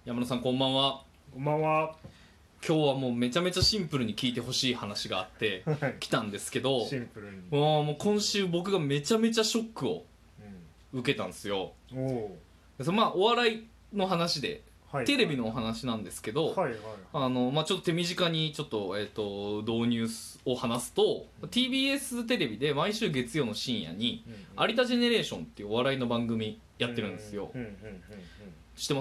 山野さんこんばんは。 こんばんは。 今日はもうめちゃめちゃシンプルに聞いてほしい話があって来たんですけど、 シンプルに。 もう今週僕がめちゃめちゃショックを受けたんですよ。 おお。 お笑いの話で、 はい、 テレビのお話なんですけど、 はいはい。 ちょっと手短にちょっと、導入を話すと、TBS テレビで毎週月曜の深夜に有田ジェネレーションっていうお笑いの番組やってるんですよ。知ってます？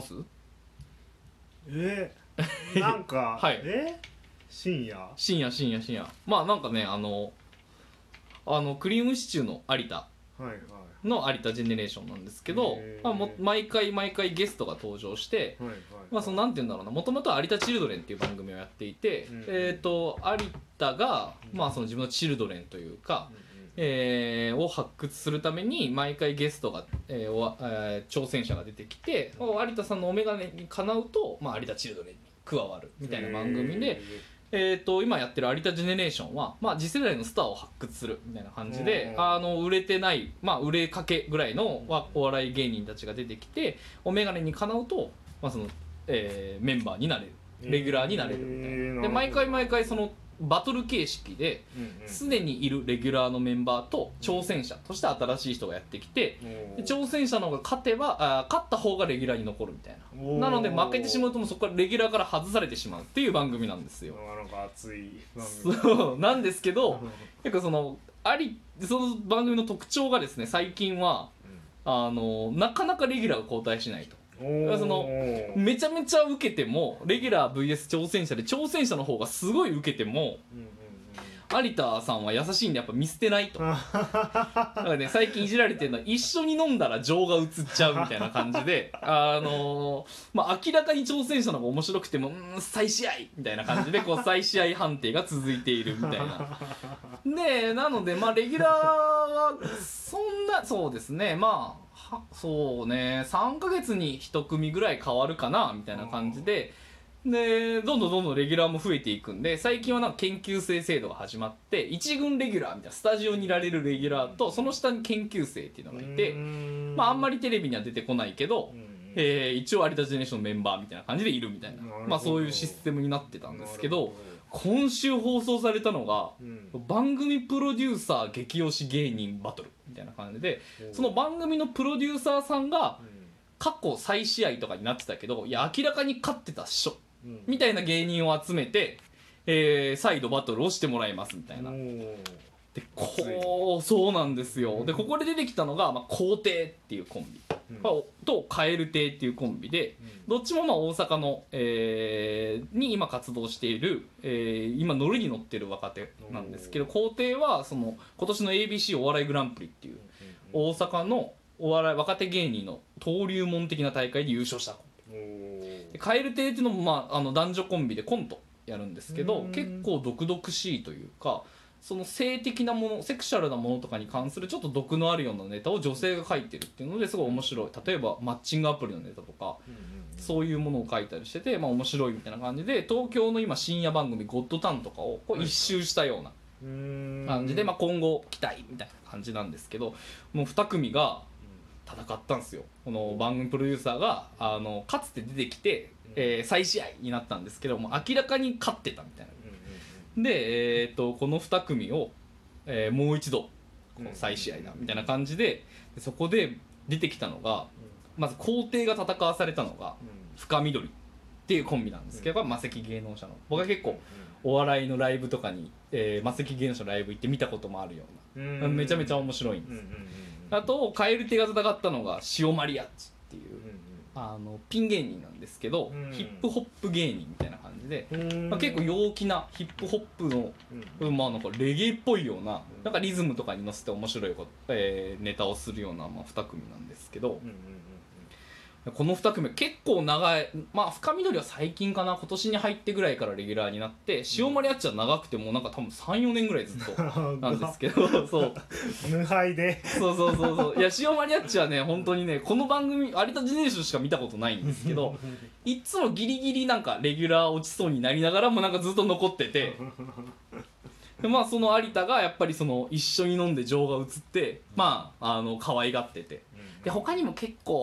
なんかはい。 深夜まあなんかねクリームシチューの有田の有田ジェネレーションなんですけど、毎回ゲストが登場して、そのなんていうんだろうな、もともとは有田チルドレンっていう番組をやっていて、有田が、その自分のチルドレンというか、を発掘するために毎回ゲストが、挑戦者が出てきて、有田さんのお眼鏡にかなうと、有田チルドレンに加わるみたいな番組で、今やってる有田ジェネレーションは、次世代のスターを発掘するみたいな感じで、売れてない、売れかけぐらいのお笑い芸人たちが出てきて、お眼鏡にかなうと、そのメンバーになれる、レギュラーになれるみたいな。で毎回そのバトル形式ですでにいるレギュラーのメンバーと挑戦者として新しい人がやってきて、で挑戦者の方が勝った方がレギュラーに残るみたいな。なので負けてしまうともうそこからレギュラーから外されてしまうっていう番組なんですよ。 なんか熱い番組。 そうなんですけど、結構その番組の特徴がですね、最近はなかなかレギュラーが交代しないと。そのめちゃめちゃ受けてもレギュラー VS 挑戦者で、挑戦者の方がすごい受けても、有田さんは優しいんでやっぱ見捨てないと。だからね、最近いじられてるのは一緒に飲んだら情が移っちゃうみたいな感じで明らかに挑戦者の方が面白くても再試合みたいな感じでこう再試合判定が続いているみたいな。でなのでレギュラーはそうですね、そうね、3ヶ月に1組ぐらい変わるかなみたいな感じで、どんどんレギュラーも増えていくんで、最近はなんか研究生制度が始まって、一軍レギュラーみたいなスタジオにいられるレギュラーとその下に研究生っていうのがいて、あんまりテレビには出てこないけど、一応有田ジェネレーションのメンバーみたいな感じでいるみたいな、そういうシステムになってたんですけど、今週放送されたのが、番組プロデューサー激推し芸人バトルみたいな感じで、その番組のプロデューサーさんが過去再試合とかになってたけど、いや明らかに勝ってたっしょみたいな芸人を集めて、再度バトルをしてもらいますみたいな。でそうなんですよ。でここで出てきたのが、皇帝っていうコンビ、と蛙亭っていうコンビで、どっちも大阪の、に今活動している、今乗るに乗ってる若手なんですけど、皇帝はその今年の ABC お笑いグランプリっていう大阪のお笑い若手芸人の登竜門的な大会で優勝したコンビ。蛙亭っていうのも、男女コンビでコントやるんですけど、結構毒々しいというか、その性的なもの、セクシャルなものとかに関するちょっと毒のあるようなネタを女性が書いてるっていうのですごい面白い。例えばマッチングアプリのネタとか、そういうものを書いたりしてて、面白いみたいな感じで、東京の今深夜番組「ゴッドタン」とかをこう一周したような感じで、今後期待みたいな感じなんですけど、もう2組が戦ったんですよ。この番組プロデューサーがかつて出てきて、再試合になったんですけども、明らかに勝ってたみたいな。で、この2組を、もう一度この再試合だみたいな感じで、そこで出てきたのが、まず皇帝が戦わされたのが深緑っていうコンビなんですけど、魔石芸能者の、僕は結構お笑いのライブとかに、魔石芸能者のライブ行って見たこともあるような、めちゃめちゃ面白いんです。あと蛙亭が戦ったのが塩マリアッチっていう、ピン芸人なんですけど、ヒップホップ芸人みたいな感じで、結構陽気なヒップホップの、なんかレゲエっぽいような、なんかリズムとかに乗せて面白いネタをするような、2組なんですけど、この2組結構長い、深緑は最近かな、今年に入ってぐらいからレギュラーになって、塩マリアッチは長くてもなんか多分 3,4 年ぐらいずっとなんですけどそう無敗でそういや、塩マリアッチはね、本当にね、この番組有田ジェネレーションしか見たことないんですけどいつもギリギリなんかレギュラー落ちそうになりながらもなんかずっと残っててで、その有田がやっぱりその一緒に飲んで情が移って可愛がってて、で他にも結構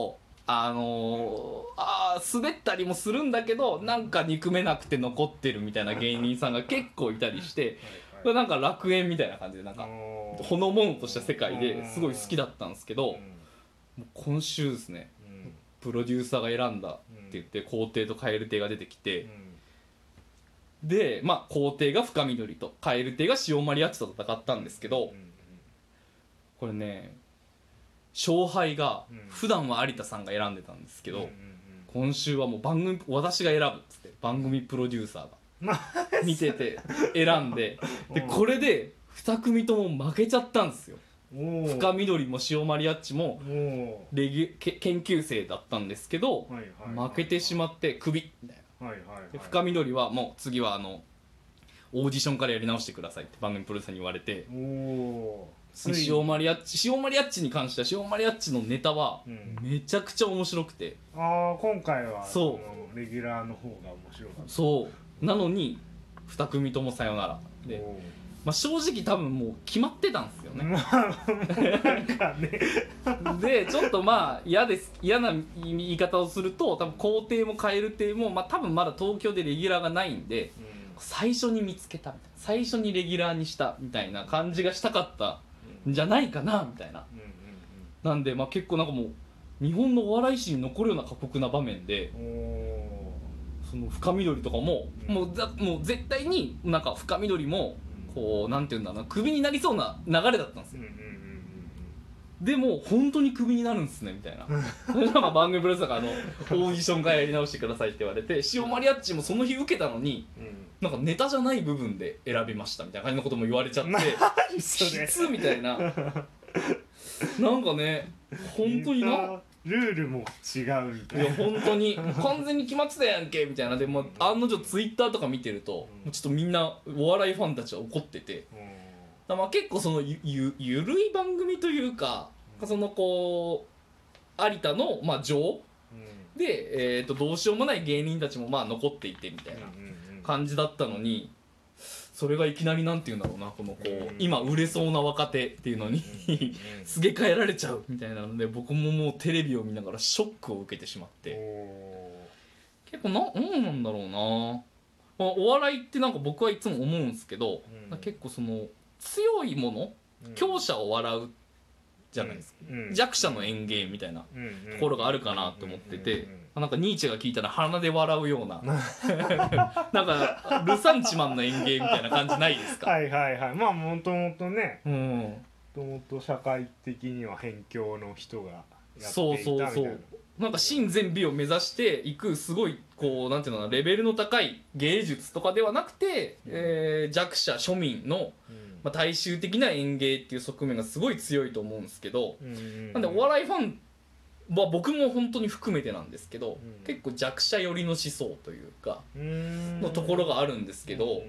滑ったりもするんだけどなんか憎めなくて残ってるみたいな芸人さんが結構いたりしてなんか楽園みたいな感じでなんかほのぼのとした世界ですごい好きだったんですけど、もう今週ですね、プロデューサーが選んだって言って皇帝と蛙亭が出てきて、でまあ皇帝が深緑と蛙亭が塩マリアッチと戦ったんですけど、これね勝敗が普段は有田さんが選んでたんですけど、今週はもう番組私が選ぶっつって番組プロデューサーが見てて選んでこれで2組とも負けちゃったんですよ。深緑も塩マリアッチも研究生だったんですけど負けてしまってクビみたいな。で深緑はもう次はオーディションからやり直してくださいって番組プロデューサーに言われて、塩マリアッチに関しては塩マリアッチのネタはめちゃくちゃ面白くて、 今回はそうレギュラーの方が面白かった。 そうなのに2組ともさよならで、まあ、正直多分もう決まってたんですよね。 なんかねでちょっとまあ嫌な言い方をすると多分皇帝も蛙亭も、まあ、多分まだ東京でレギュラーがないんで、最初に見つけたみたいな最初にレギュラーにしたみたいな感じがしたかったんじゃないかなみたいな。なんでまあ結構なんかもう日本のお笑い史に残るような過酷な場面で、その深緑とかも、もう絶対になんか深緑もこうなんていうんだろうなクビになりそうな流れだったんですよ。でも本当にクビになるんですねみたいな。それでまあ番組プロデューサーがオーディションからやり直してくださいって言われて、塩マリアッチもその日受けたのに、なんかネタじゃない部分で選びましたみたいな感じのことも言われちゃってきつみたいな。なんかね本当になルールも違うみたいな。 いや本当に完全に決まってたやんけみたいな。でも案の定ツイッターとか見てると、ちょっとみんなお笑いファンたちは怒ってて、まあ結構そのゆるい番組というか、そのこう有田のまあ情で、どうしようもない芸人たちもまあ残っていてみたいな感じだったのに、それがいきなりなんていうんだろうな、このこう今売れそうな若手っていうのにすげ替えられちゃうみたいなので、僕ももうテレビを見ながらショックを受けてしまって、結構なんだろうな、お笑いってなんか僕はいつも思うんですけど、結構その強いもの、強者を笑うじゃないですか、弱者の演芸みたいなところがあるかなと思ってて、なんかニーチェが聞いたら鼻で笑うようななんかルサンチマンの演芸みたいな感じないですか？ はいはいはい。まあもともとね、もともと社会的には辺境の人がやっていたみたいな。 そうなんか真善美を目指していくすごいこうなんていうのかな、レベルの高い芸術とかではなくて、弱者庶民の、まあ、大衆的な演芸っていう側面がすごい強いと思うんですけど、なんでお笑いファンは僕も本当に含めてなんですけど、結構弱者寄りの思想というかのところがあるんですけど、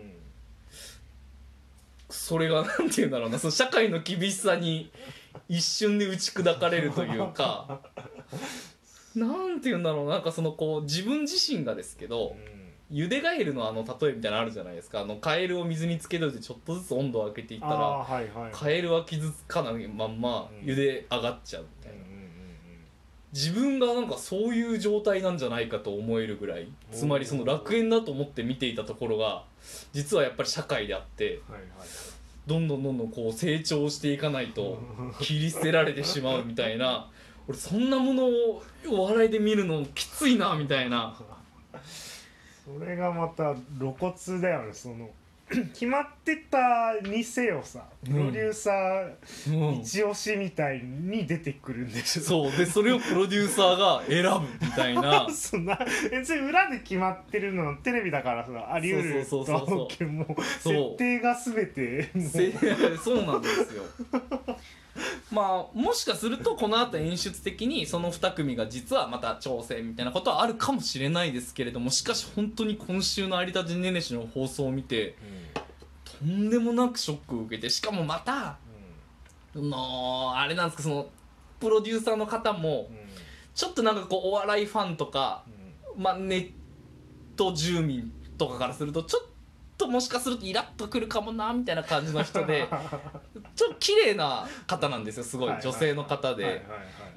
それがなんていうんだろうな、その社会の厳しさに一瞬で打ち砕かれるというかなんていうんだろう、なんかそのこう自分自身がですけど、ゆでガエルの例えみたいなのあるじゃないですか。カエルを水につけといてちょっとずつ温度を上げていったら、カエルは傷つかないまんまゆで上がっちゃうみたいな、自分がなんかそういう状態なんじゃないかと思えるぐらい、つまりその楽園だと思って見ていたところが実はやっぱり社会であって、どんどんこう成長していかないと切り捨てられてしまうみたいな俺そんなものをお笑いで見るのきついなみたいな。 それがまた露骨だよね。その決まってたにせよさ、プロデューサー一押しみたいに出てくるんでしょ、 そうでそれをプロデューサーが選ぶみたいなそんな別に裏で決まってるのテレビだからさ、あり得ると思うけども設定が全てそうなんですよまあもしかするとこの後演出的にその2組が実はまた挑戦みたいなことはあるかもしれないですけれども、しかし本当に今週の有田ジェネレーションの放送を見て、とんでもなくショックを受けて、しかもまた、あれなんですか、そのプロデューサーの方もちょっとなんかこうお笑いファンとか、まあ、ネット住民とかからするとちょっともしかするとイラッとくるかもなみたいな感じの人でちょっと綺麗な方なんですよ、すごい女性の方で、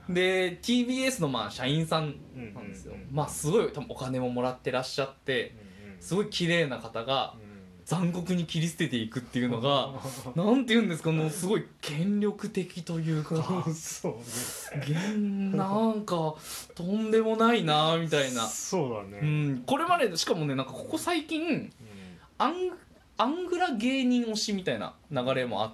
で TBS のまあ社員さんなんですよ、まあすごい多分お金ももらってらっしゃってすごい綺麗な方が残酷に切り捨てていくっていうのがなんて言うんですか、すごい権力的というかそうなんかとんでもないなみたいな。 そうだね、 うん、これまでしかもねなんかここ最近アングラ芸人推しみたいな流れもあって、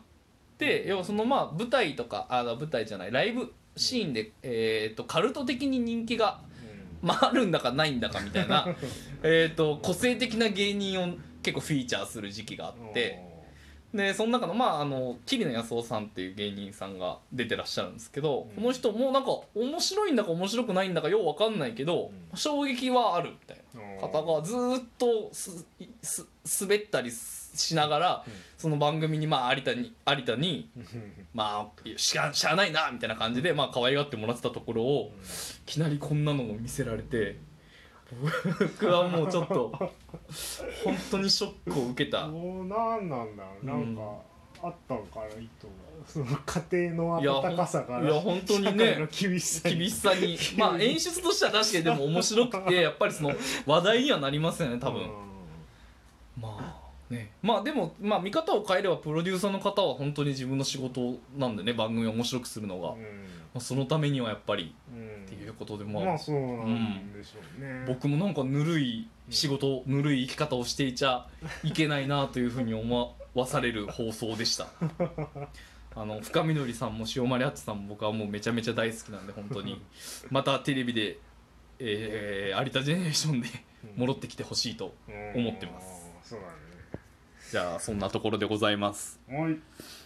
要はそのまあ舞台とか舞台じゃないライブシーンで、カルト的に人気が、まあ、あるんだかないんだかみたいな個性的な芸人を結構フィーチャーする時期があって、でその中のまあ桐野安生さんっていう芸人さんが出てらっしゃるんですけど、この人もなんか面白いんだか面白くないんだかようわかんないけど衝撃はあるみたいな方がずーっと滑ったりしながらその番組にまあ有田にまあしゃあないなみたいな感じでまあ可愛がってもらってたところをいきなりこんなのも見せられて僕はもうちょっと本当にショックを受けた。 なんなんだろう、なんかあったのかな、意図がその家庭の温かさからいや本当にねの厳しさにまあ演出としては確かにでも面白くてやっぱりその話題にはなりますよね多分。まあね、まあでもまあ見方を変えればプロデューサーの方は本当に自分の仕事なんでね、番組を面白くするのが、まあ、そのためにはやっぱりっていうことでまあそうなんでしょうね、 僕もなんかぬるい仕事、ぬるい生き方をしていちゃいけないなというふうに思わされる放送でした深みのりさんも塩まりあっちさんも僕はもうめちゃめちゃ大好きなんで本当にまたテレビで、有田ジェネレーションで戻ってきてほしいと思ってます。 そうだね。 じゃあそんなところでございます。 はい。